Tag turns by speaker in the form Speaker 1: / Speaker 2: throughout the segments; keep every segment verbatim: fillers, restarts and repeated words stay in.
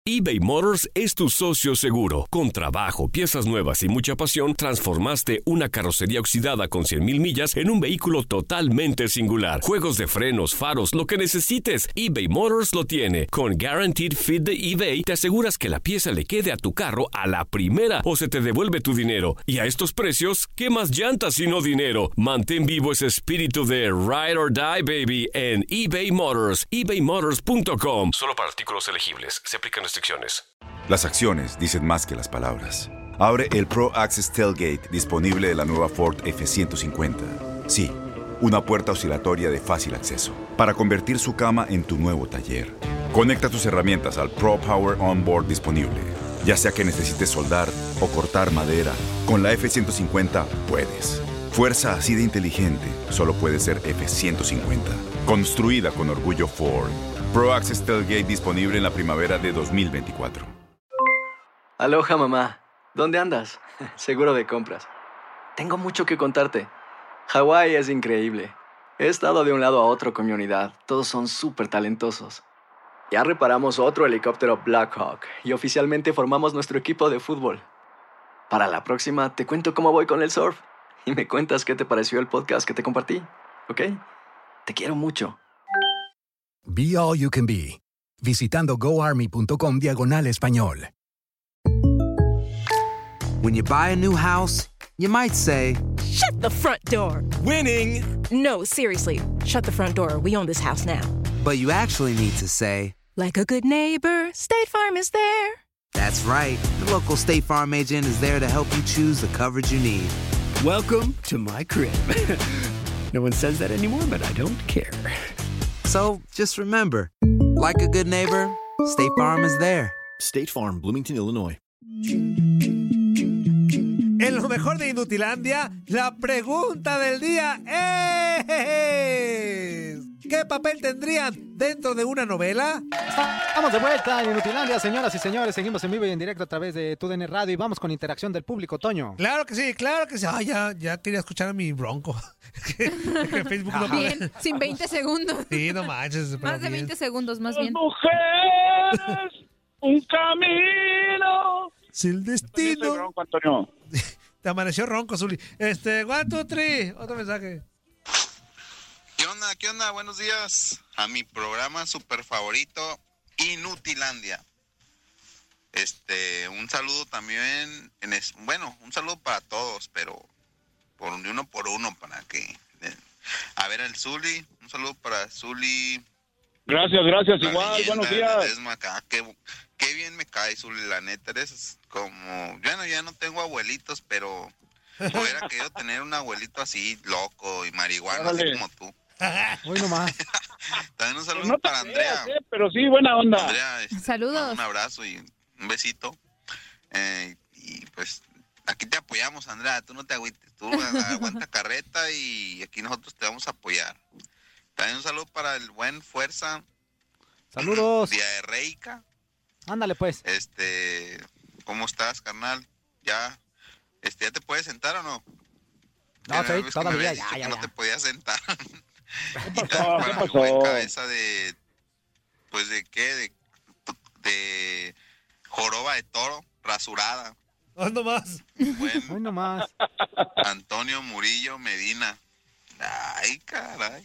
Speaker 1: eBay Motors es tu socio seguro. Con trabajo, piezas nuevas y mucha pasión, transformaste una carrocería oxidada con cien mil millas en un vehículo totalmente singular. Juegos de frenos, faros, lo que necesites, eBay Motors lo tiene. Con Guaranteed Fit de eBay, te aseguras que la pieza le quede a tu carro a la primera o se te devuelve tu dinero. Y a estos precios, ¿qué más llantas sino dinero? Mantén vivo ese espíritu de Ride or Die, baby, en eBay Motors. ebay motors punto com. Solo para artículos elegibles. Se aplican restricciones.
Speaker 2: Las acciones dicen más que las palabras. Abre el Pro Access Tailgate disponible de la nueva Ford F ciento cincuenta. Sí, una puerta oscilatoria de fácil acceso para convertir su cama en tu nuevo taller. Conecta tus herramientas al Pro Power Onboard disponible. Ya sea que necesites soldar o cortar madera, con la F ciento cincuenta puedes. Fuerza así de inteligente solo puede ser F ciento cincuenta. Construida con orgullo Ford. Pro Access Tailgate disponible en la primavera de dos mil veinticuatro.
Speaker 3: Aloha, mamá. ¿Dónde andas? Seguro de compras. Tengo mucho que contarte. Hawái es increíble. He estado de un lado a otro con mi unidad. Todos son súper talentosos. Ya reparamos otro helicóptero Blackhawk y oficialmente formamos nuestro equipo de fútbol. Para la próxima te cuento cómo voy con el surf y me cuentas qué te pareció el podcast que te compartí, ¿ok? Te quiero mucho.
Speaker 4: Be All You Can Be, visitando goarmy.com diagonal español.
Speaker 5: When you buy a new house, you might say,
Speaker 6: "Shut the front door."
Speaker 5: Winning!
Speaker 6: No, seriously, shut the front door. We own this house now.
Speaker 5: But you actually need to say,
Speaker 6: like a good neighbor, State Farm is there.
Speaker 5: That's right. The local State Farm agent is there to help you choose the coverage you need.
Speaker 7: Welcome to my crib. No one says that anymore, but I don't care.
Speaker 5: So, just remember, like a good neighbor, State Farm is there.
Speaker 8: State Farm, Bloomington, Illinois.
Speaker 9: En lo mejor de Inutilandia, la pregunta del día es... ¿qué papel tendrían dentro de una novela?
Speaker 10: Estamos de vuelta en Inutilandia, señoras y señores. Seguimos en vivo y en directo a través de Tu D N Radio y vamos con interacción del público, Toño.
Speaker 9: Claro que sí, claro que sí. Ay, ya, ya quería escuchar a mi Bronco. que, que Facebook no puede.
Speaker 11: Bien, sin veinte segundos.
Speaker 9: Sí, no manches.
Speaker 11: Más de
Speaker 9: bien.
Speaker 11: veinte segundos, más bien.
Speaker 12: Mujeres, un camino.
Speaker 9: Sin destino.
Speaker 12: Bronco, Antonio.
Speaker 9: Te amaneció ronco, Zuli. Este, one, two, three. Otro mensaje.
Speaker 13: ¿Qué onda? ¿Qué onda? Buenos días a mi programa super favorito, Inutilandia. Este, un saludo también, en es, bueno, un saludo para todos, pero por uno por uno para que... Eh, a ver, el Zuli, un saludo para Zuli.
Speaker 12: Gracias, gracias,
Speaker 13: la
Speaker 12: igual,
Speaker 13: leyenda,
Speaker 12: buenos días.
Speaker 13: Acá. Qué, qué bien me cae, Zuli, la neta, eres como... Bueno, ya no tengo abuelitos, pero hubiera querido tener un abuelito así, loco y marihuana,
Speaker 12: Órale.
Speaker 13: así como tú.
Speaker 10: Hoy nomás.
Speaker 13: También un saludo
Speaker 12: no te
Speaker 13: para
Speaker 12: creas,
Speaker 13: Andrea.
Speaker 12: eh, pero sí, buena onda.
Speaker 13: Andrea, este,
Speaker 11: Saludos.
Speaker 13: Un abrazo y un besito. Eh, y pues aquí te apoyamos, Andrea. Tú no te agüites. Tú aguanta carreta y aquí nosotros te vamos a apoyar. También un saludo para el buen Fuerza.
Speaker 10: Saludos.
Speaker 13: Diarreica.
Speaker 10: Ándale, pues.
Speaker 13: Este, ¿cómo estás, carnal? Ya, este, ¿ya te puedes sentar o no?
Speaker 10: No, sí, todavía, ya,
Speaker 13: ya,
Speaker 10: ya,
Speaker 13: ya.
Speaker 10: ya.
Speaker 13: No te podías sentar.
Speaker 12: ¿Qué pasó?
Speaker 13: Para
Speaker 12: ¿Qué
Speaker 13: mi
Speaker 12: pasó?
Speaker 13: buen cabeza de, pues de qué, de, de joroba de toro, rasurada.
Speaker 9: Hoy nomás.
Speaker 13: Buen
Speaker 10: Hoy nomás.
Speaker 13: Antonio Murillo Medina. Ay, caray.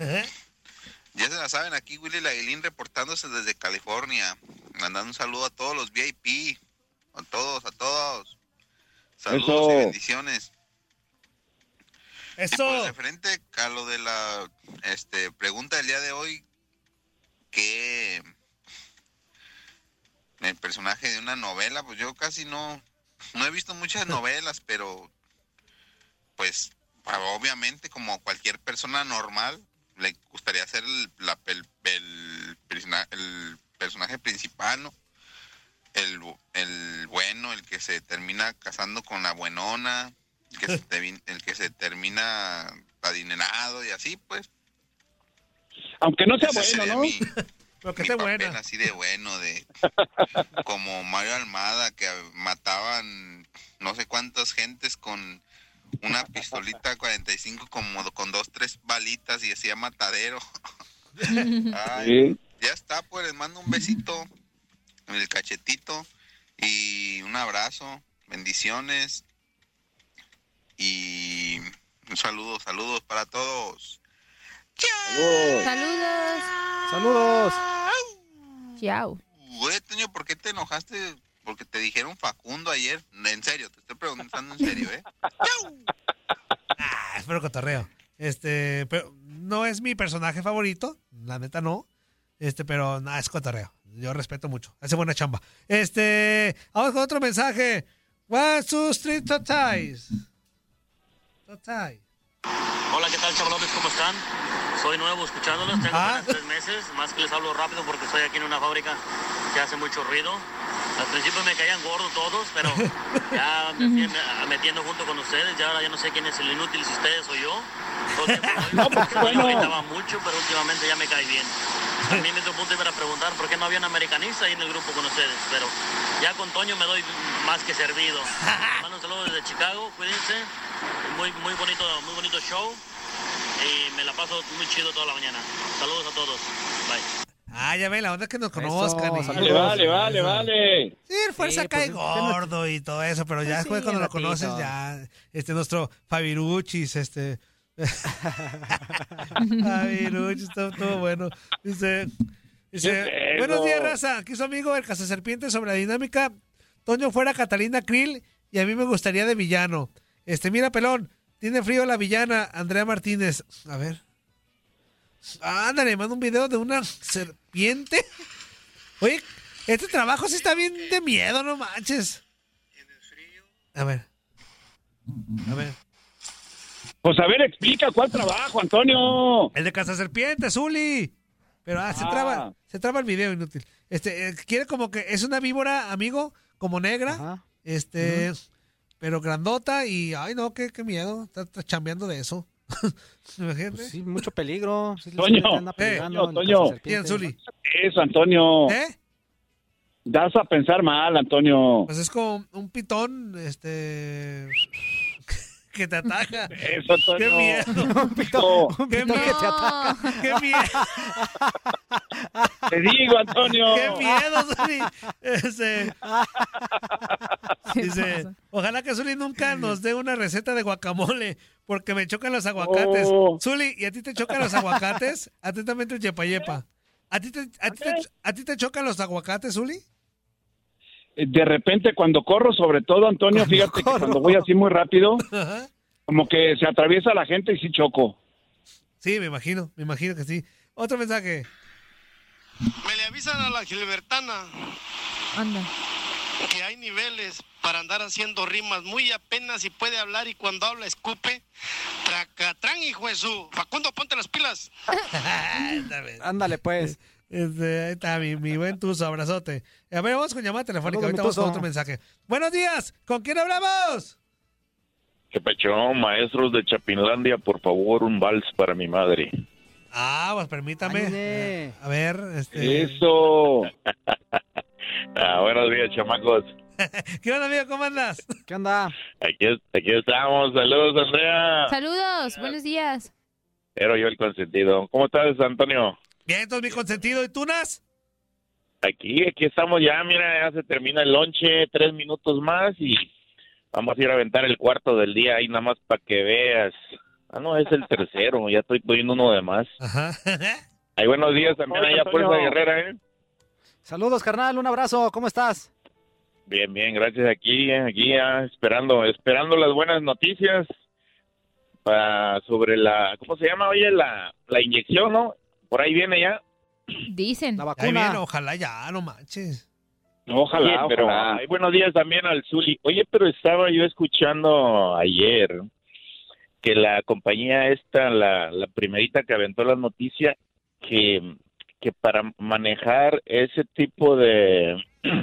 Speaker 13: Ya se la saben, aquí Willy Laguilín reportándose desde California. Mandando un saludo a todos los V I P. A todos, a todos. Saludos
Speaker 12: Eso.
Speaker 13: y bendiciones.
Speaker 9: Eso.
Speaker 13: Y pues referente a lo de la este, pregunta del día de hoy, que el personaje de una novela, pues yo casi no, no he visto muchas novelas, pero pues obviamente como cualquier persona normal, le gustaría ser el, la, el, el, el personaje principal, ¿no? El, el bueno, el que se termina casando con la buenona, el que se, te, el que se termina adinerado y así, pues.
Speaker 12: Aunque no sea
Speaker 13: Ese
Speaker 12: bueno,
Speaker 13: sería
Speaker 12: ¿no?
Speaker 13: Mi,
Speaker 9: Lo que
Speaker 13: mi
Speaker 9: esté
Speaker 13: papel
Speaker 9: buena.
Speaker 13: así de bueno, de como Mario Almada, que mataban no sé cuántas gentes con una pistolita cuarenta y cinco como con dos, tres balitas y hacía matadero. Ay,
Speaker 12: Sí.
Speaker 13: ya está, pues les mando un besito en el cachetito. Y un abrazo, bendiciones. Y un saludo, saludos para todos.
Speaker 11: Saludos.
Speaker 10: Saludos.
Speaker 11: Chao.
Speaker 13: Oye, Toño, ¿por qué te enojaste? Porque te dijeron Facundo ayer. En serio, te estoy preguntando en serio, ¿eh?
Speaker 9: Ah, espero cotorreo. Este, pero no es mi personaje favorito, la neta no. Este, pero nada, es cotorreo. Yo respeto mucho. Hace buena chamba. Este, vamos con otro mensaje. What's to street totais? Totai.
Speaker 14: Hola, ¿qué tal, chavalones? ¿Cómo están? Soy nuevo escuchándolos, tengo
Speaker 9: Ah.
Speaker 14: apenas tres meses, más que les hablo rápido porque estoy aquí en una fábrica que hace mucho ruido. Al principio me caían gordos todos, pero ya me fui me- metiendo junto con ustedes, ya ahora ya no sé quién es el inútil, si ustedes o yo. Entonces,
Speaker 12: No, pues,
Speaker 14: yo
Speaker 12: bueno.
Speaker 14: gritaba mucho, pero últimamente ya me cae bien. También me dio punto iba a preguntar por qué no había un americanista ahí en el grupo con ustedes, pero ya con Toño me doy más que servido. Mando un saludo desde Chicago, cuídense, muy, muy bonito, muy bonito show. Y me la paso muy chido toda la mañana. Saludos a todos. Bye.
Speaker 9: Ah, ya ven, la onda es que nos conozcan. y-
Speaker 12: Vale, vale, vale, vale.
Speaker 9: Sí, el fuerza
Speaker 10: Sí,
Speaker 9: cae
Speaker 10: pues,
Speaker 9: gordo y todo eso, pero ya
Speaker 10: Pues
Speaker 9: después
Speaker 10: sí,
Speaker 9: cuando lo
Speaker 10: ratito.
Speaker 9: conoces ya, este, nuestro Fabiruchis, este... Fabiruchis, todo, todo bueno. Dice, dice,
Speaker 12: ¿Qué es
Speaker 9: buenos
Speaker 12: eso?
Speaker 9: días, raza, aquí su amigo el cazaserpiente sobre la dinámica. Toño fuera Catalina Krill y a mí me gustaría de villano. Este, mira, pelón, tiene frío la villana, Andrea Martínez. A ver. Ándale, manda un video de una serpiente. Oye, este trabajo sí está bien de miedo, no manches. A ver. A ver.
Speaker 12: Pues a ver, explica cuál trabajo, Antonio.
Speaker 9: El de cazaserpiente, Zuli. Pero ah, se
Speaker 12: Ah.
Speaker 9: traba, se traba el video, inútil. Este, eh, quiere como que es una víbora, amigo, como negra.
Speaker 10: Ajá.
Speaker 9: Este, pero grandota y ay no, qué, qué miedo. Está, está chambeando de eso. Imagínate.
Speaker 10: Pues sí, mucho peligro. Sí,
Speaker 12: Toño,
Speaker 10: sí, anda peligrando
Speaker 12: Toño,
Speaker 10: el
Speaker 12: Toño.
Speaker 10: cazaserpiente.
Speaker 9: Bien, Zuli.
Speaker 12: Eso, Antonio.
Speaker 9: ¿Eh?
Speaker 12: Das a pensar mal, Antonio.
Speaker 9: Pues es como un pitón, este, que te ataca.
Speaker 12: Eso, Antonio.
Speaker 9: ¡Qué miedo!
Speaker 10: Un pitón, un
Speaker 9: ¡Qué
Speaker 10: pitón que
Speaker 9: miedo!
Speaker 10: te ataca.
Speaker 9: ¡Qué miedo!
Speaker 12: Te digo, Antonio.
Speaker 9: ¡Qué miedo, Zuli! Este, dice, ojalá que Zuli nunca nos dé una receta de guacamole, porque me chocan los aguacates.
Speaker 12: Oh.
Speaker 9: Zuli, ¿y a ti te chocan los aguacates? Atentamente el yepa yepa. ¿A ti, te, a, ti te, ¿A ti te chocan los aguacates, Zuli?
Speaker 12: De repente cuando corro, sobre todo, Antonio, fíjate que cuando voy así muy rápido,
Speaker 9: Ajá.
Speaker 12: como que se atraviesa la gente y sí choco.
Speaker 9: Sí, me imagino, me imagino que sí. Otro mensaje.
Speaker 15: Me le avisan a la Gilbertana
Speaker 11: Anda.
Speaker 15: que hay niveles para andar haciendo rimas muy apenas y puede hablar y cuando habla escupe. Tracatrán, hijo de su. Facundo, ponte las pilas.
Speaker 10: Ándale, pues.
Speaker 9: Este, ahí está mi, mi buen Tuzo, abrazote. A ver, vamos con llamada telefónica.
Speaker 10: Saludos,
Speaker 9: Ahorita
Speaker 10: mi
Speaker 9: vamos con
Speaker 10: Tuzo.
Speaker 9: otro mensaje. Buenos días, ¿con quién hablamos?
Speaker 16: Que pechón, maestros de Chapinlandia, por favor, un vals para mi madre.
Speaker 9: Ah, pues permítame.
Speaker 10: Ándale.
Speaker 9: A ver, este.
Speaker 12: Eso.
Speaker 16: Ah, buenos días, chamacos.
Speaker 9: ¿Qué onda, amigo? ¿Cómo andas?
Speaker 10: ¿Qué onda?
Speaker 16: Aquí, aquí estamos. Saludos, Andrea.
Speaker 11: Saludos, buenos días.
Speaker 16: Era yo el consentido. ¿Cómo estás, Antonio?
Speaker 9: Bien, entonces mi consentido. ¿Y tú, Nas?
Speaker 16: Aquí, aquí estamos ya. Mira, ya se termina el lonche. Tres minutos más y vamos a ir a aventar el cuarto del día ahí nada más para que veas. Ah, no, es el tercero. Ya estoy poniendo uno de más.
Speaker 9: Ajá.
Speaker 16: Ay, buenos días también
Speaker 12: Hola,
Speaker 16: allá a Fuerza
Speaker 12: Antonio.
Speaker 16: Guerrera, ¿eh?
Speaker 10: Saludos, carnal, un abrazo. ¿Cómo estás?
Speaker 16: Bien, bien, gracias. Aquí, eh, aquí ya esperando, esperando las buenas noticias para sobre la, ¿cómo se llama? Oye, la, la inyección, ¿no? Por ahí viene ya.
Speaker 11: Dicen.
Speaker 10: La
Speaker 9: Ahí
Speaker 10: vacuna.
Speaker 9: viene, ojalá ya, no manches.
Speaker 12: Ojalá,
Speaker 16: Bien, pero
Speaker 12: ojalá.
Speaker 16: ay, buenos días también al Zuli. Oye, pero estaba yo escuchando ayer que la compañía esta, la, la primerita que aventó la noticia, que, que para manejar ese tipo de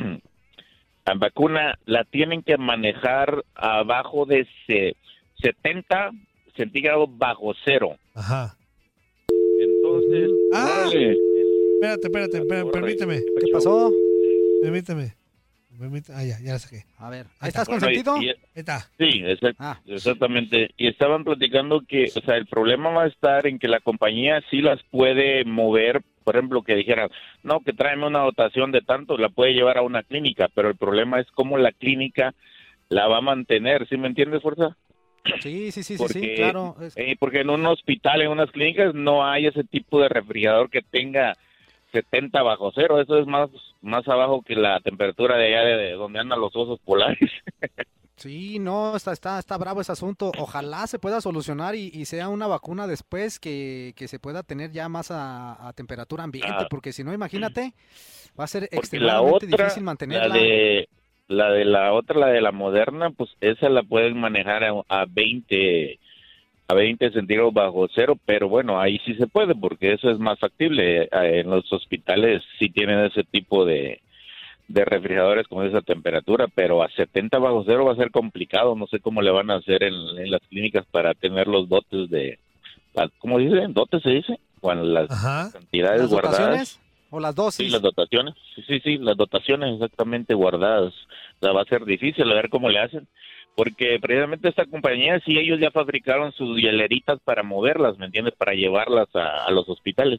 Speaker 16: vacuna la tienen que manejar abajo de se- setenta centígrados bajo cero.
Speaker 9: Ajá.
Speaker 16: Entonces,
Speaker 9: Ah,
Speaker 12: Órale.
Speaker 9: espérate, espérate, espérate, permíteme.
Speaker 10: ¿Qué pasó?
Speaker 9: Permíteme. Permíteme. Ah, ya, ya la saqué.
Speaker 10: A ver,
Speaker 9: Ahí
Speaker 10: ¿ahí estás
Speaker 16: bueno,
Speaker 10: consentido?
Speaker 16: y- y-
Speaker 9: Ahí está.
Speaker 16: Sí, exact-
Speaker 10: Ah.
Speaker 16: exactamente. Y estaban platicando que, o sea, el problema va a estar en que la compañía sí las puede mover por ejemplo, que dijeran, no, que tráeme una dotación de tanto, la puede llevar a una clínica, pero el problema es cómo la clínica la va a mantener, ¿sí me entiendes, Fuerza?
Speaker 10: Sí, sí, sí,
Speaker 16: porque,
Speaker 10: sí, sí, claro. Es...
Speaker 16: Eh, porque en un hospital, en unas clínicas, no hay ese tipo de refrigerador que tenga setenta bajo cero. Eso es más más abajo que la temperatura de allá de, de donde andan los osos polares.
Speaker 10: Sí, no, está, está, está bravo ese asunto. Ojalá se pueda solucionar y, y sea una vacuna después que, que se pueda tener ya más a, a temperatura ambiente, ah. porque si no, imagínate, va a ser porque extremadamente
Speaker 16: la otra,
Speaker 10: difícil mantenerla.
Speaker 16: La de, la de la otra, la de la Moderna, pues esa la pueden manejar a, a veinte a veinte centígrados bajo cero, pero bueno, ahí sí se puede, porque eso es más factible. En los hospitales sí tienen ese tipo de, de refrigeradores con esa temperatura, pero a setenta bajo cero va a ser complicado. No sé cómo le van a hacer en, en las clínicas para tener los dotes de, ¿cómo dicen? ¿Dotes se dice? Bueno, las Ajá. cantidades
Speaker 10: ¿Las
Speaker 16: guardadas.
Speaker 10: Dotaciones? ¿O las dosis?
Speaker 16: Sí, las dotaciones. Sí, sí, sí, las dotaciones exactamente guardadas. O sea, va a ser difícil a ver cómo le hacen. Porque precisamente esta compañía, sí, ellos ya fabricaron sus hieleritas para moverlas, ¿me entiendes? Para llevarlas a, a los hospitales.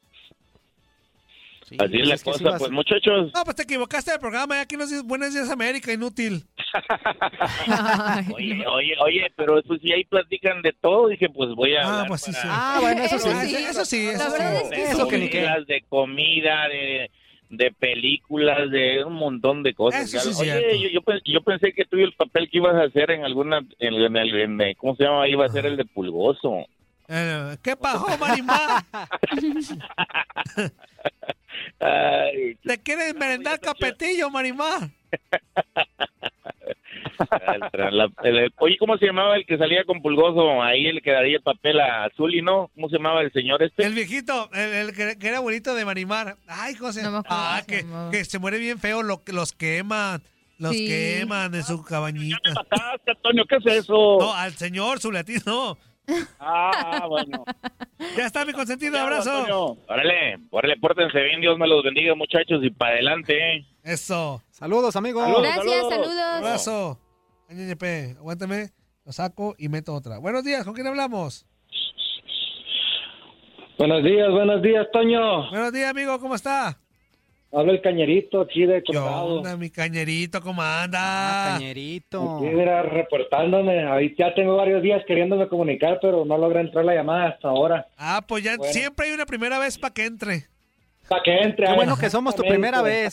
Speaker 16: Sí, así es la es cosa, sí vas... pues muchachos.
Speaker 9: No, pues te equivocaste del programa, ya aquí nos dices Buenos Días América, inútil.
Speaker 16: oye, oye, oye, pero pues si ahí platican de todo, dije, pues voy a
Speaker 9: Ah, pues sí,
Speaker 16: para...
Speaker 9: sí.
Speaker 10: Ah, bueno, eso sí.
Speaker 9: Eso, eso sí, eso sí.
Speaker 16: De, de, eso que ni qué. De comida, de... de películas, de un montón de cosas.
Speaker 9: Eso sí.
Speaker 16: Oye, yo, yo, yo pensé que tú y el papel que ibas a hacer en alguna, en, en el, en, ¿cómo se llama? Iba a ser el de Pulgoso.
Speaker 9: Eh, ¿Qué pasó, Marimá?
Speaker 16: Ay,
Speaker 9: ¿Te quieres merendar capetillo, Marimá?
Speaker 16: La, el, el, oye, ¿cómo se llamaba el que salía con Pulgoso? Ahí el que daría el papel a Azul y no, ¿cómo se llamaba el señor este?
Speaker 9: El viejito, el, el que, que era abuelito de Marimar. Ay, José. No ah, que, que se muere bien feo, lo, los queman, los sí. queman en su cabañita.
Speaker 12: ¿Qué mataste, Antonio? ¿Qué es eso?
Speaker 9: No, al señor, su latino.
Speaker 12: Ah, bueno.
Speaker 9: Ya está, mi consentido, ya, abrazo.
Speaker 16: Antonio. Órale, órale, pórtense bien, Dios me los bendiga, muchachos, y para adelante, ¿eh?
Speaker 9: Eso.
Speaker 10: Saludos, amigos.
Speaker 11: Saludos, Gracias, saludos. saludos.
Speaker 9: Abrazo. N P, aguántame, lo saco y meto otra. Buenos días, ¿con quién hablamos?
Speaker 17: Buenos días, buenos días, Toño.
Speaker 9: Buenos días, amigo, ¿cómo está?
Speaker 17: Habla el Cañerito aquí de
Speaker 9: ¿Qué onda, mi Cañerito? ¿Cómo anda?
Speaker 10: Ah, Cañerito.
Speaker 17: Aquí, mira, reportándome. Ahí ya tengo varios días queriéndome comunicar, pero no logré entrar la llamada hasta ahora.
Speaker 9: Ah, pues ya bueno. Siempre hay una primera vez para que entre.
Speaker 17: Para que entre.
Speaker 10: Qué bueno que somos tu primera vez.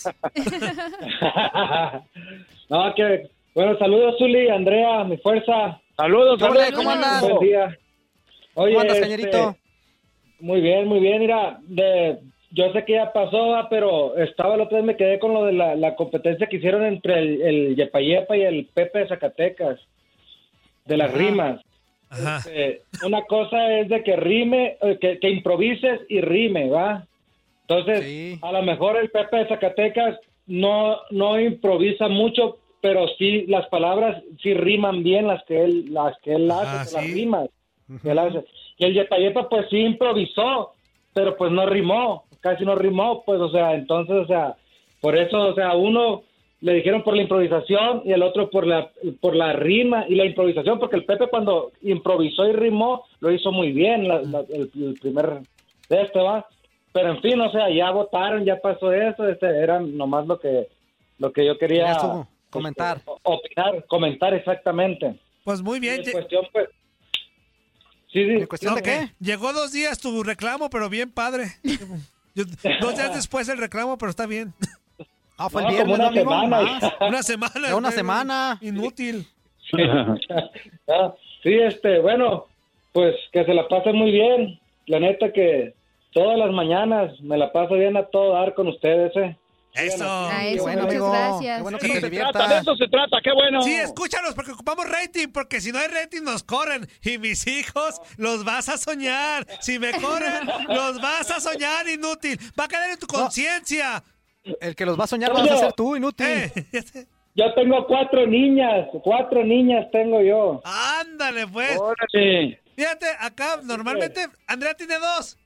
Speaker 17: No, que... Bueno, saludos, Zuli, Andrea, mi fuerza.
Speaker 12: Saludos, saludos.
Speaker 10: ¿Cómo andas?
Speaker 17: Buen día. Oye,
Speaker 10: ¿Cómo andas,
Speaker 17: este,
Speaker 10: Cañerito?
Speaker 17: Muy bien, muy bien. Mira, de, yo sé que ya pasó, pero estaba la otra vez, me quedé con lo de la, la competencia que hicieron entre el, el Yepa Yepa y el Pepe de Zacatecas, de las Ajá. rimas.
Speaker 9: Ajá.
Speaker 17: Este, una cosa es de que rime, que, que improvises y rime, ¿va? Entonces, sí. a lo mejor el Pepe de Zacatecas no, no improvisa mucho, pero sí las palabras sí riman bien las que él las que él hace, ah, ¿sí? las rimas uh-huh. que él hace. Y el Yepa Yepa pues sí improvisó, pero pues no rimó, casi no rimó, pues o sea, entonces, o sea, por eso, o sea, uno le dijeron por la improvisación y el otro por la por la rima y la improvisación, porque el Pepe cuando improvisó y rimó lo hizo muy bien, la, la, el, el primer de este, va. Pero en fin, o sea, ya votaron, ya pasó eso, este era nomás lo que lo que yo quería
Speaker 10: comentar.
Speaker 17: Opinar, comentar exactamente.
Speaker 9: Pues muy bien.
Speaker 17: En cuestión, pues. Sí, sí.
Speaker 10: ¿En cuestión
Speaker 9: no,
Speaker 10: de qué?
Speaker 9: Llegó dos días tu reclamo, pero bien padre. Yo, dos días después el reclamo, pero está bien.
Speaker 10: Ah, fue
Speaker 17: no,
Speaker 10: el viernes.
Speaker 17: Una,
Speaker 10: ¿no,
Speaker 17: semana,
Speaker 9: una semana.
Speaker 10: Ya una semana.
Speaker 9: Inútil.
Speaker 17: Sí. Sí, este, bueno, pues que se la pasen muy bien. La neta que todas las mañanas me la paso bien a todo dar con ustedes, ¿eh?
Speaker 9: Eso.
Speaker 11: A eso,
Speaker 10: bueno,
Speaker 11: muchas
Speaker 10: amigo.
Speaker 11: gracias.
Speaker 10: Qué bueno que
Speaker 9: Sí,
Speaker 10: te
Speaker 12: se
Speaker 10: diviertas.
Speaker 12: trata, de eso se trata, qué bueno.
Speaker 9: Sí, escúchalos porque ocupamos rating, porque si no hay rating nos corren. Y mis hijos los vas a soñar. Si me corren, los vas a soñar, inútil. Va a quedar en tu conciencia.
Speaker 10: No. El que los va a soñar vas a ser tú, inútil.
Speaker 9: Eh.
Speaker 17: Yo tengo cuatro niñas, cuatro niñas tengo yo.
Speaker 9: Ándale, pues.
Speaker 17: Órale.
Speaker 9: Fíjate, acá normalmente Andrea tiene dos.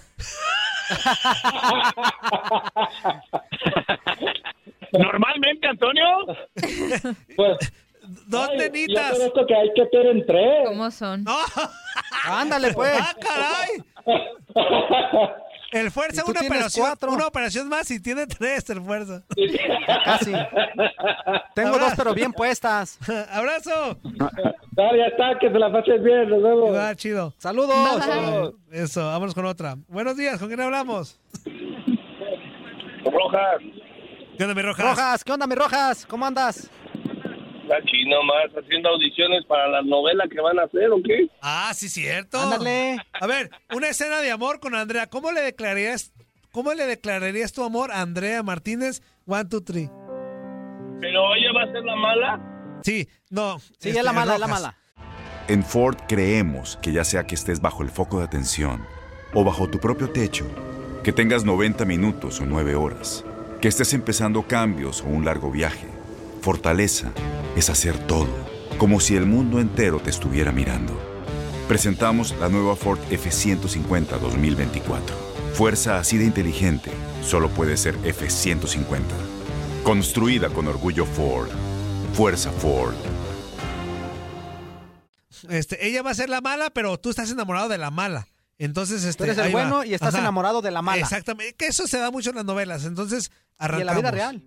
Speaker 12: Normalmente, Antonio.
Speaker 17: Pues
Speaker 9: dos
Speaker 17: ay,
Speaker 9: nenitas.
Speaker 17: Yo conozco que hay que tener en tres.
Speaker 11: ¿Cómo son?
Speaker 9: No.
Speaker 10: Ándale, pues.
Speaker 9: Ah, caray. El Fuerza, una operación, una operación más y tiene tres el Fuerza.
Speaker 10: Casi. Tengo
Speaker 9: Abrazo.
Speaker 10: dos, pero bien puestas.
Speaker 9: ¡Abrazo!
Speaker 17: Dale, ya está, que se la pases bien, nos vemos.
Speaker 9: Va, chido.
Speaker 10: ¡Saludos!
Speaker 9: Bye. Eso, vámonos con otra. Buenos días, ¿con quién hablamos?
Speaker 18: Rojas.
Speaker 9: ¿Qué onda, mi Rojas?
Speaker 10: Rojas, ¿qué onda, mi Rojas? ¿Cómo andas?
Speaker 18: Aquí nomás haciendo audiciones para la novela que van a hacer, ¿o qué?
Speaker 9: Ah, sí, cierto.
Speaker 10: Ándale.
Speaker 9: A ver, una escena de amor con Andrea. ¿Cómo le declararías, cómo le declararías tu amor a Andrea Martínez? One, two, three.
Speaker 18: ¿Pero ella va a ser la mala?
Speaker 9: Sí, no.
Speaker 10: Sí,
Speaker 9: este,
Speaker 10: es la mala, es la
Speaker 9: Rojas.
Speaker 10: mala.
Speaker 2: En Ford creemos que ya sea que estés bajo el foco de atención o bajo tu propio techo, que tengas noventa minutos o nueve horas, que estés empezando cambios o un largo viaje, fortaleza es hacer todo, como si el mundo entero te estuviera mirando. Presentamos la nueva Ford F ciento cincuenta dos mil veinticuatro. Fuerza así de inteligente solo puede ser F ciento cincuenta. Construida con orgullo Ford. Fuerza Ford.
Speaker 9: Este, ella va a ser la mala, pero tú estás enamorado de la mala. Entonces, este,
Speaker 10: Tú eres el
Speaker 9: ahí va.
Speaker 10: bueno y estás
Speaker 9: Ajá.
Speaker 10: enamorado de la mala.
Speaker 9: Exactamente, que eso se da mucho en las novelas. Entonces,
Speaker 10: Y
Speaker 9: arrancamos.
Speaker 10: en la vida real.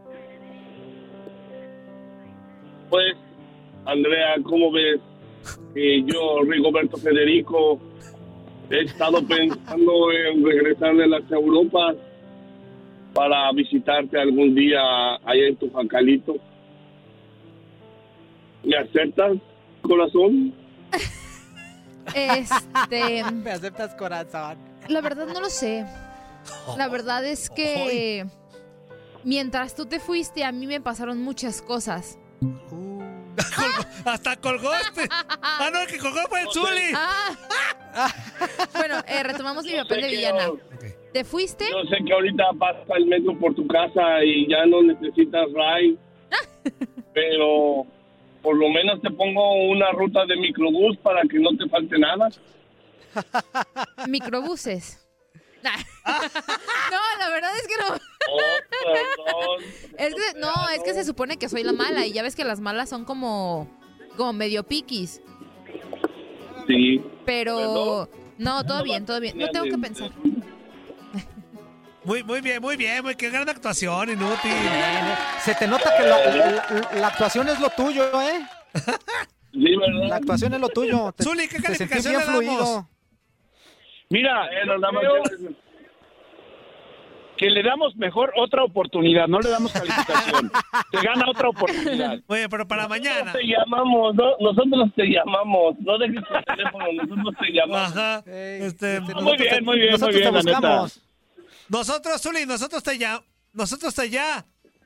Speaker 18: Pues, Andrea, ¿cómo ves? Que yo, Rigoberto Federico, he estado pensando en regresar de las Europas para visitarte algún día allá en tu jacalito. ¿Me aceptas, corazón?
Speaker 11: Este,
Speaker 10: Me aceptas, corazón.
Speaker 11: la verdad no lo sé. La verdad es que mientras tú te fuiste, a mí me pasaron muchas cosas.
Speaker 9: Hasta colgó este. Ah, no, el que colgó fue el Zuli.
Speaker 11: Ah. Bueno, eh, retomamos mi papel de villana. ¿Te fuiste?
Speaker 18: Yo sé que ahorita pasa el metro por tu casa y ya no necesitas ride, pero por lo menos te pongo una ruta de microbús para que no te falte nada.
Speaker 11: Microbuses. No, la verdad es que no.
Speaker 18: Oh, perdón.
Speaker 11: Es que, no, es que se supone que soy la mala y ya ves que las malas son como, como medio piquis.
Speaker 18: Sí.
Speaker 11: Pero no, todo bien, todo bien. No tengo que pensar.
Speaker 9: Muy, muy bien, muy bien, muy qué gran actuación, inútil.
Speaker 10: Se te nota que la, la- la actuación es lo tuyo, ¿eh?
Speaker 18: Sí, ¿verdad?
Speaker 10: La actuación es lo tuyo. Te,
Speaker 9: Zuli, ¿qué
Speaker 10: te sentí
Speaker 9: calificación
Speaker 10: bien
Speaker 9: le damos?
Speaker 10: fluido.
Speaker 19: Mira,
Speaker 18: Eh, nos damos-
Speaker 19: que le damos mejor otra oportunidad, no le damos calificación. Te gana otra oportunidad.
Speaker 9: Oye, pero para mañana.
Speaker 18: Nosotros te llamamos, ¿no? Nosotros te llamamos. No dejes tu teléfono, nosotros te llamamos.
Speaker 9: Ajá.
Speaker 10: Ey,
Speaker 9: Este,
Speaker 10: este,
Speaker 19: Muy
Speaker 10: nosotros
Speaker 19: bien,
Speaker 10: te-
Speaker 19: muy bien,
Speaker 10: nosotros
Speaker 19: muy bien,
Speaker 10: te
Speaker 19: la neta.
Speaker 10: buscamos.
Speaker 9: Nosotros, Zuli, nosotros te ya. Nosotros te ya.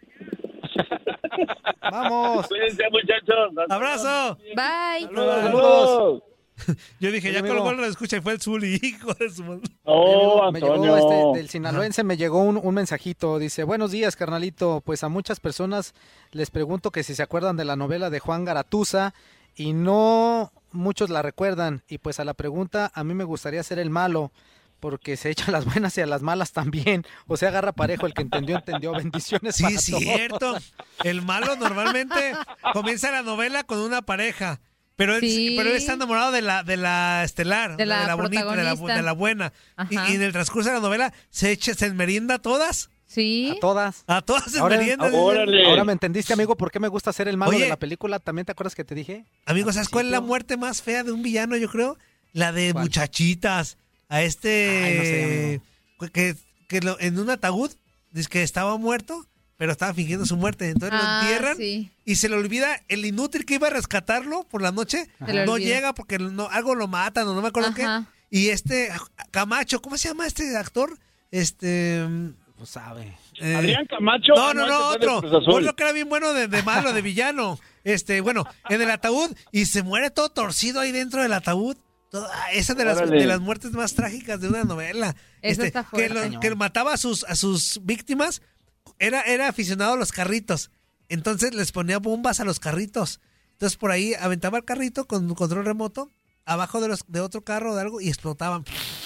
Speaker 10: Vamos.
Speaker 18: Cuídense, muchachos. Hasta
Speaker 9: Abrazo.
Speaker 11: Bye.
Speaker 18: luego. Saludos.
Speaker 9: Yo dije,
Speaker 10: Oye,
Speaker 9: ya
Speaker 10: amigo.
Speaker 9: colgó la escucha y fue el Zuli, hijo de su madre.
Speaker 19: Oh,
Speaker 10: Me llegó
Speaker 19: Antonio.
Speaker 10: este, del sinaloense, me llegó un, un mensajito, dice, buenos días, carnalito, pues a muchas personas les pregunto que si se acuerdan de la novela de Juan Garatuza y no muchos la recuerdan, y pues a la pregunta, a mí me gustaría ser el malo, porque se echan las buenas y a las malas también, o sea, agarra parejo, el que entendió, entendió, bendiciones
Speaker 9: Sí,
Speaker 10: para
Speaker 9: es
Speaker 10: todos.
Speaker 9: cierto. El malo normalmente comienza la novela con una pareja. Pero él,
Speaker 11: Sí.
Speaker 9: pero él está enamorado de la, de la estelar,
Speaker 11: De la
Speaker 9: bonita, de la,
Speaker 11: protagonista.
Speaker 9: de la buena. Y,
Speaker 11: Ajá.
Speaker 9: y en el transcurso de la novela se echa, se enmerienda a todas.
Speaker 11: Sí.
Speaker 10: A todas.
Speaker 9: A todas se
Speaker 10: Ahora,
Speaker 9: enmerienda.
Speaker 19: Órale.
Speaker 10: ahora me entendiste, amigo, por qué me gusta ser el malo
Speaker 9: Oye.
Speaker 10: de la película, ¿también te acuerdas que te dije?
Speaker 9: Amigo, ¿sabes cuál es la
Speaker 10: principio.
Speaker 9: muerte más fea de un villano, yo creo? La de
Speaker 10: ¿Cuál?
Speaker 9: Muchachitas. A este...
Speaker 10: Ay, no sé,
Speaker 9: que que lo- en un ataúd, dice que estaba muerto, pero estaba fingiendo su muerte. Entonces
Speaker 11: Ah,
Speaker 9: lo entierran
Speaker 11: sí.
Speaker 9: y se le olvida el inútil que iba a rescatarlo por la noche.
Speaker 11: Se le
Speaker 9: No
Speaker 11: olvida.
Speaker 9: llega porque no, algo lo matan o no me acuerdo
Speaker 11: Ajá.
Speaker 9: qué. Y este Camacho, ¿cómo se llama este actor? Este...
Speaker 10: Pues sabe.
Speaker 9: eh,
Speaker 19: Adrián Camacho.
Speaker 9: No,
Speaker 19: ah,
Speaker 9: no,
Speaker 19: ese
Speaker 9: no,
Speaker 19: fue del
Speaker 9: otro.
Speaker 19: Cruz Azul.
Speaker 9: Otro que era bien bueno de, de malo, de villano. Este, bueno, en el ataúd y se muere todo torcido ahí dentro del ataúd. Todo- ah, esa de las,
Speaker 19: Órale.
Speaker 9: de las muertes más trágicas de una novela.
Speaker 11: Eso
Speaker 9: Este,
Speaker 11: está
Speaker 9: que,
Speaker 11: fuerte.
Speaker 9: lo- que mataba a sus, a sus víctimas. Era, era aficionado a los carritos. Entonces les ponía bombas a los carritos. Entonces por ahí aventaba el carrito con un control remoto abajo de, los, de otro carro o de algo y explotaban.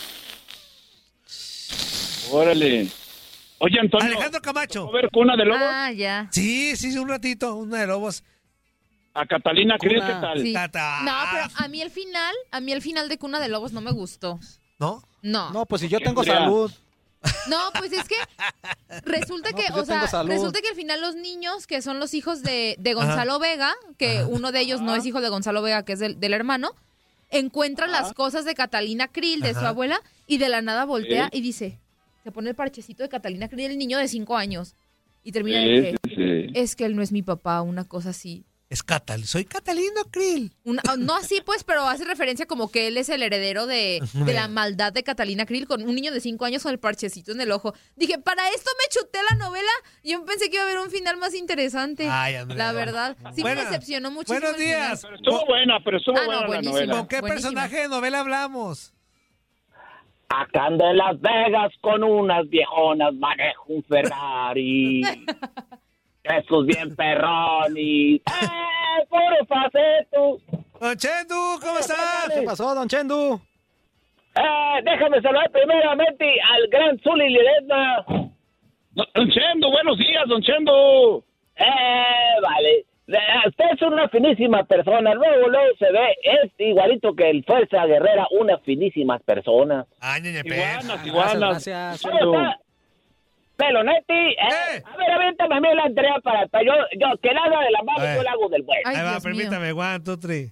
Speaker 19: Órale. Oye, Antonio.
Speaker 9: Alejandro Camacho.
Speaker 19: ¿A ver Cuna de Lobos?
Speaker 11: Ah, ya.
Speaker 9: Sí, sí, sí, un ratito, una de lobos.
Speaker 19: A Catalina, ¿crees
Speaker 10: Cuna.
Speaker 19: qué tal?
Speaker 11: Sí.
Speaker 9: Tata.
Speaker 11: No, pero a mí el final, a mí el final de Cuna de Lobos no me gustó.
Speaker 9: ¿No?
Speaker 11: No.
Speaker 10: No, pues si yo tengo
Speaker 19: Andrea.
Speaker 10: salud.
Speaker 11: No, pues es que resulta
Speaker 10: No,
Speaker 11: que,
Speaker 10: pues yo
Speaker 11: o sea,
Speaker 10: tengo salud.
Speaker 11: resulta que al final los niños, que son los hijos de, de Gonzalo Vega, que uno de ellos no es hijo de Gonzalo Vega, que es del, del hermano, encuentra las cosas de Catalina Krill, de su
Speaker 9: Ajá.
Speaker 11: abuela, y de la nada voltea
Speaker 19: Sí.
Speaker 11: y dice, se pone el parchecito de Catalina Krill, el niño de cinco años, y termina
Speaker 19: Sí,
Speaker 11: de
Speaker 19: sí,
Speaker 11: que,
Speaker 19: sí.
Speaker 11: es que él no es mi papá, una cosa así.
Speaker 9: Es Catal. Soy Catalino Krill.
Speaker 11: Una- no así pues, pero hace referencia como que él es el heredero de, de la maldad de Catalina Krill con un niño de cinco años con el parchecito en el ojo. Dije, para esto me chuté la novela. Yo pensé que iba a haber un final más interesante.
Speaker 9: Ay, Andrea.
Speaker 11: La verdad. Sí
Speaker 9: Buena-
Speaker 11: me decepcionó muchísimo.
Speaker 9: Buenos
Speaker 11: el final.
Speaker 9: días.
Speaker 19: Pero estuvo buena, pero estuvo
Speaker 11: Ah, no,
Speaker 19: buena la
Speaker 11: buenísimo.
Speaker 19: novela.
Speaker 9: ¿Con qué
Speaker 11: Buenísima.
Speaker 9: personaje de novela hablamos?
Speaker 16: Acá ando en Las Vegas con unas viejonas, manejo un Ferrari. Eso es bien perrón y... ¡Eh, puro faceto!
Speaker 9: Don Chendu, ¿cómo estás?
Speaker 10: ¿Qué pasó, don Chendu?
Speaker 16: Eh, déjame saludar primeramente al gran Zuli Ledesma.
Speaker 19: Don Chendo, buenos días, Don Chendo.
Speaker 16: Eh, vale. Eh, Usted es una finísima persona. Luego, luego se ve, es igualito que el Fuerza Guerrera, unas finísimas personas.
Speaker 9: Ay, ñeñe,
Speaker 19: Iguanas,
Speaker 10: Gracias,
Speaker 19: iguanas.
Speaker 10: gracias.
Speaker 16: ¿Cómo
Speaker 19: Chendo.
Speaker 16: está? Pelonetti, eh,
Speaker 9: Eh.
Speaker 16: a ver, avéntame a mí la Andrea para, para yo, yo, que la haga de la mano,
Speaker 9: Eh.
Speaker 16: yo la hago del bueno.
Speaker 11: Ay,
Speaker 9: Ahí va,
Speaker 11: Dios mío.
Speaker 9: permítame. One, two, three.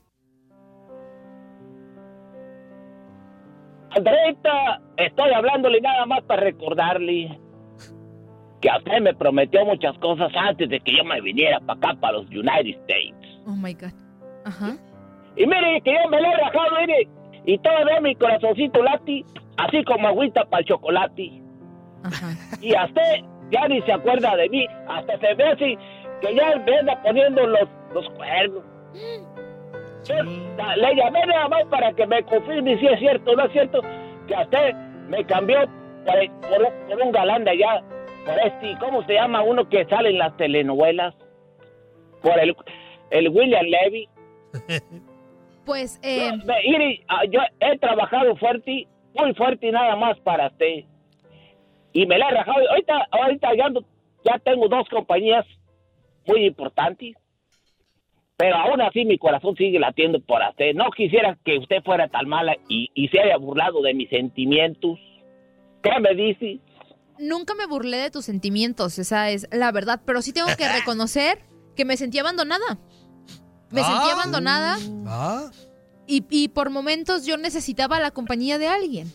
Speaker 16: Andreita, estoy hablándole nada más para recordarle que a usted me prometió muchas cosas antes de que yo me viniera para acá, para los United States.
Speaker 11: Oh my God. Ajá.
Speaker 16: Y mire, que yo me lo he rajado, mire, y todavía mi corazoncito lati, así como agüita para el chocolate.
Speaker 11: Ajá.
Speaker 16: Y a usted ya ni se acuerda de mí, hasta se ve así, que ya me anda poniendo los, los cuernos. Yo, la- le llamé nada más para que me confirme si es cierto o no es cierto que a usted me cambió por, por un, por un galán de allá, por este, ¿cómo se llama uno que sale en las telenovelas? Por el, el William Levy.
Speaker 11: Pues, eh,
Speaker 16: Yo, ve, mire, ah, yo he trabajado fuerte, muy fuerte y nada más para usted. Y me la he rajado. Ahorita, ahorita ya, ando- ya tengo dos compañías muy importantes. Pero aún así mi corazón sigue latiendo por usted. No quisiera que usted fuera tan mala y, y se haya burlado de mis sentimientos. ¿Qué me dice?
Speaker 11: nunca me burlé de tus sentimientos, esa es la verdad, pero sí tengo que reconocer que me sentí abandonada. Me
Speaker 9: Ah.
Speaker 11: sentí abandonada
Speaker 9: Ah.
Speaker 11: y, y por momentos yo necesitaba la compañía de alguien.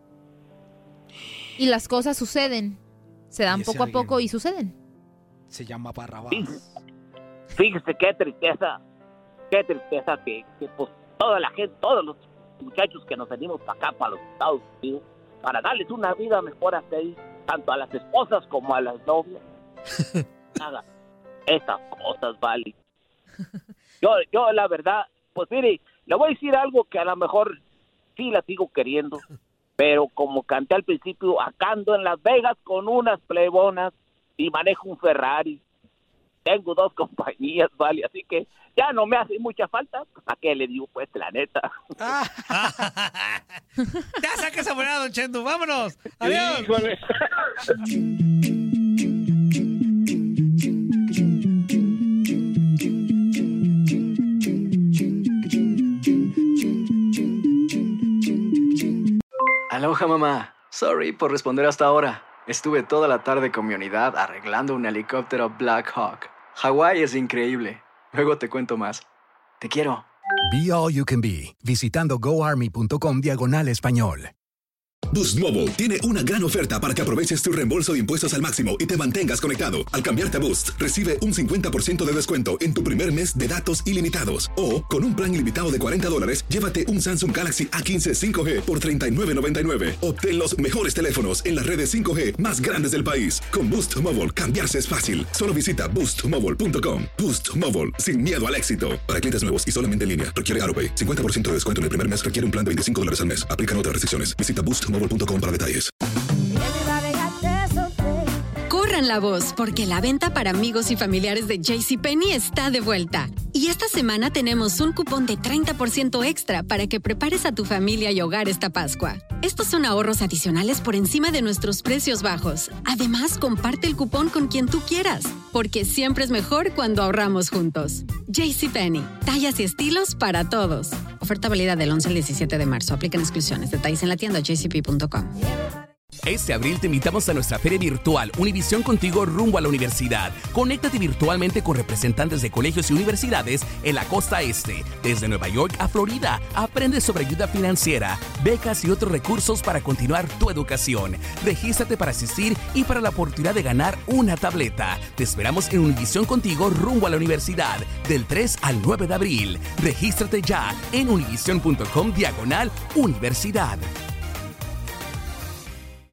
Speaker 11: Y las cosas suceden, se dan
Speaker 10: ¿Y ese
Speaker 11: poco a
Speaker 10: alguien?
Speaker 11: poco y suceden.
Speaker 10: Se llama Barrabás.
Speaker 16: Fíjese qué tristeza, qué tristeza que, que pues toda la gente, todos los muchachos que nos venimos para acá, para los Estados Unidos, para darles una vida mejor a ustedes, tanto a las esposas como a las novias. Nada, esas cosas, vale. Yo, yo la verdad, pues mire, le voy a decir algo que a lo mejor sí la sigo queriendo, pero como canté al principio, acá ando en Las Vegas con unas plebonas y manejo un Ferrari. Tengo dos compañías, vale, así que ya no me hace mucha falta. ¿A qué le digo, pues, la neta?
Speaker 9: Ya saca esa moneda, don Chendu. Vámonos. Adiós.
Speaker 19: Híjole.
Speaker 3: Aloha, mamá. Sorry por responder hasta ahora. Estuve toda la tarde con mi unidad arreglando un helicóptero Black Hawk. Hawái es increíble. Luego te cuento más. Te quiero.
Speaker 4: Be All You Can Be, visitando goarmy.com diagonal español.
Speaker 20: Boost Mobile tiene una gran oferta para que aproveches tu reembolso de impuestos al máximo y te mantengas conectado. Al cambiarte a Boost, recibe un cincuenta por ciento de descuento en tu primer mes de datos ilimitados. O, con un plan ilimitado de cuarenta dólares, llévate un Samsung Galaxy A quince cinco G por treinta y nueve noventa y nueve. Obtén los mejores teléfonos en las redes cinco G más grandes del país. Con Boost Mobile, cambiarse es fácil. Solo visita boost mobile punto com. Boost Mobile, sin miedo al éxito. Para clientes nuevos y solamente en línea, requiere AutoPay. cincuenta por ciento de descuento en el primer mes requiere un plan de veinticinco dólares al mes. Aplican otras restricciones. Visita boost mobile punto com para detalles.
Speaker 21: Corran la voz, porque la venta para amigos y familiares de JCPenney está de vuelta. Y esta semana tenemos un cupón de treinta por ciento extra para que prepares a tu familia y hogar esta Pascua. Estos son ahorros adicionales por encima de nuestros precios bajos. Además, comparte el cupón con quien tú quieras, porque siempre es mejor cuando ahorramos juntos. JCPenney, tallas y estilos para todos. Oferta válida del once al diecisiete de marzo. Aplican exclusiones. Detalles en la tienda j c p punto com.
Speaker 22: Este abril te invitamos a nuestra feria virtual Univisión Contigo rumbo a la universidad. Conéctate virtualmente con representantes de colegios y universidades en la costa este, desde Nueva York a Florida. Aprende sobre ayuda financiera, becas y otros recursos para continuar tu educación. Regístrate para asistir y para la oportunidad de ganar una tableta. Te esperamos en Univisión Contigo rumbo a la universidad del tres al nueve de abril. Regístrate ya en univision punto com diagonal universidad.